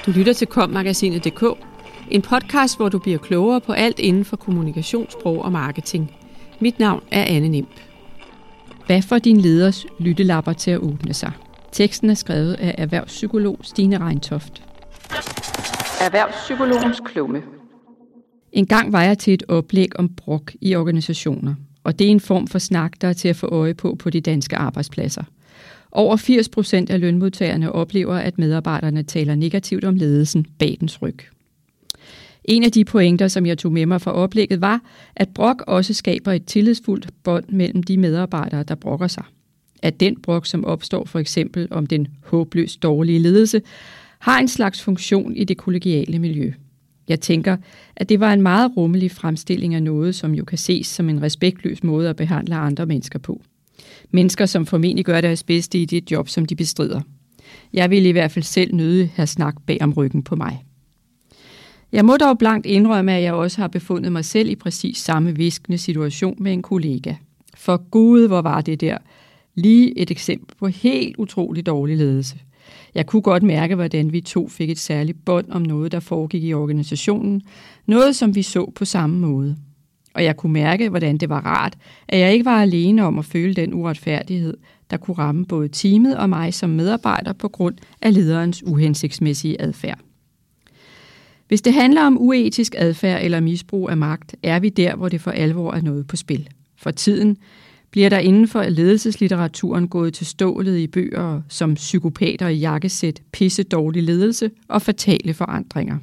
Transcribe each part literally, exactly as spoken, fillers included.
Du lytter til kommagasinet punktum d k, en podcast, hvor du bliver klogere på alt inden for kommunikationssprog og marketing. Mit navn er Anne Nimb. Hvad får din leders lyttelapper til at åbne sig? Teksten er skrevet af erhvervspsykolog Stine Reintoft. Erhvervspsykologens klumme. En gang var jeg til et oplæg om brok i organisationer, og det er en form for snak, der er til at få øje på på de danske arbejdspladser. Over firs procent af lønmodtagerne oplever, at medarbejderne taler negativt om ledelsen bag dens ryg. En af de pointer, som jeg tog med mig fra oplægget, var, at brok også skaber et tillidsfuldt bånd mellem de medarbejdere, der brokker sig. At den brok, som opstår for eksempel om den håbløst dårlige ledelse, har en slags funktion i det kollegiale miljø. Jeg tænker, at det var en meget rummelig fremstilling af noget, som jo kan ses som en respektløs måde at behandle andre mennesker på. Mennesker, som formentlig gør deres bedste i det job, som de bestrider. Jeg vil i hvert fald selv nødig have snak bag om ryggen på mig. Jeg må dog blankt indrømme, at jeg også har befundet mig selv i præcis samme viskende situation med en kollega. For gud, hvor var det der. Lige et eksempel på helt utrolig dårlig ledelse. Jeg kunne godt mærke, hvordan vi to fik et særligt bånd om noget, der foregik i organisationen. Noget, som vi så på samme måde. Og jeg kunne mærke, hvordan det var rart, at jeg ikke var alene om at føle den uretfærdighed, der kunne ramme både teamet og mig som medarbejder på grund af lederens uhensigtsmæssige adfærd. Hvis det handler om uetisk adfærd eller misbrug af magt, er vi der, hvor det for alvor er noget på spil. For tiden bliver der inden for ledelseslitteraturen gået til stålet i bøger som Psykopater i jakkesæt, pisse dårlig ledelse og fatale forandringer.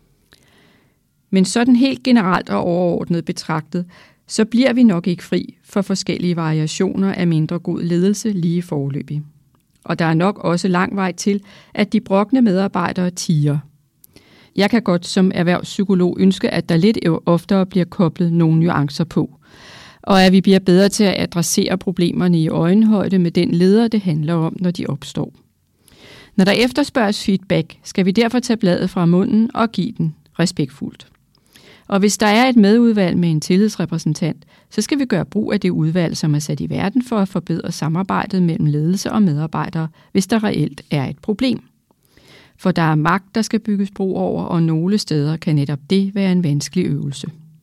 Men sådan helt generelt og overordnet betragtet, så bliver vi nok ikke fri for forskellige variationer af mindre god ledelse lige foreløbig. Og der er nok også lang vej til, at de brokne medarbejdere tiger. Jeg kan godt som erhvervspsykolog ønske, at der lidt oftere bliver koblet nogle nuancer på, og at vi bliver bedre til at adressere problemerne i øjenhøjde med den leder, det handler om, når de opstår. Når der efterspørges feedback, skal vi derfor tage bladet fra munden og give den respektfuldt. Og hvis der er et medudvalg med en tillidsrepræsentant, så skal vi gøre brug af det udvalg, som er sat i verden for at forbedre samarbejdet mellem ledelse og medarbejdere, hvis der reelt er et problem. For der er magt, der skal bygges bro over, og nogle steder kan netop det være en vanskelig øvelse.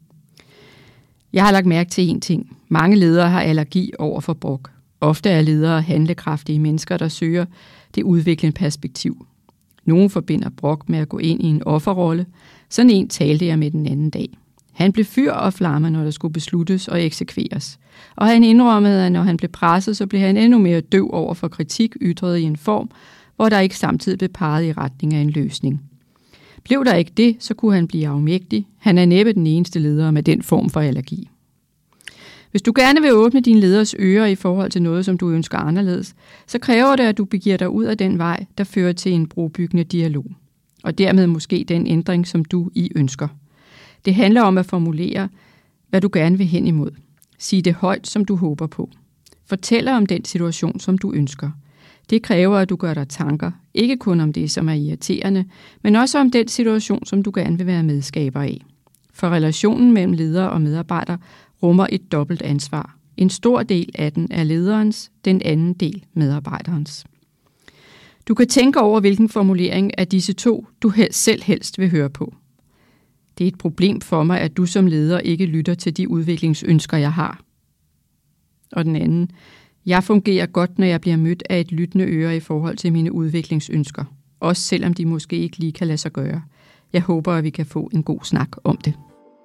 Jeg har lagt mærke til en ting. Mange ledere har allergi over for brok. Ofte er ledere handlekraftige mennesker, der søger det udviklende perspektiv. Nogle forbinder brok med at gå ind i en offerrolle. Sådan en talte jeg med den anden dag. Han blev fyr og flamme, når der skulle besluttes og eksekveres. Og han indrømmede, at når han blev presset, så blev han endnu mere døv over for kritik ytret i en form, hvor der ikke samtidig blev peget i retning af en løsning. Blev der ikke det, så kunne han blive afmægtig. Han er næppe den eneste leder med den form for allergi. Hvis du gerne vil åbne din leders ører i forhold til noget, som du ønsker anderledes, så kræver det, at du begiver dig ud af den vej, der fører til en brobyggende dialog. Og dermed måske den ændring, som du i ønsker. Det handler om at formulere, hvad du gerne vil hen imod. Sig det højt, som du håber på. Fortæl om den situation, som du ønsker. Det kræver, at du gør dig tanker, ikke kun om det, som er irriterende, men også om den situation, som du gerne vil være medskaber af. For relationen mellem leder og medarbejder rummer et dobbelt ansvar. En stor del af den er lederens, den anden del medarbejderens. Du kan tænke over, hvilken formulering af disse to, du selv helst vil høre på. Det er et problem for mig, at du som leder ikke lytter til de udviklingsønsker, jeg har. Og den anden, jeg fungerer godt, når jeg bliver mødt af et lyttende øre i forhold til mine udviklingsønsker. Også selvom de måske ikke lige kan lade sig gøre. Jeg håber, at vi kan få en god snak om det.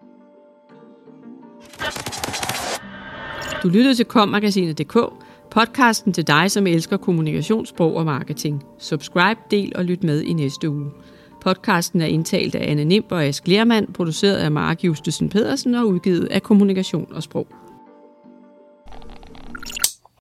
Du lyttede til kommagasinet punktum d k, podcasten til dig, som elsker kommunikationssprog og marketing. Subscribe, del og lyt med i næste uge. Podcasten er indtalt af Anne Nimb og Ask Lermand, produceret af Mark Justesen Pedersen og udgivet af Kommunikation og Sprog.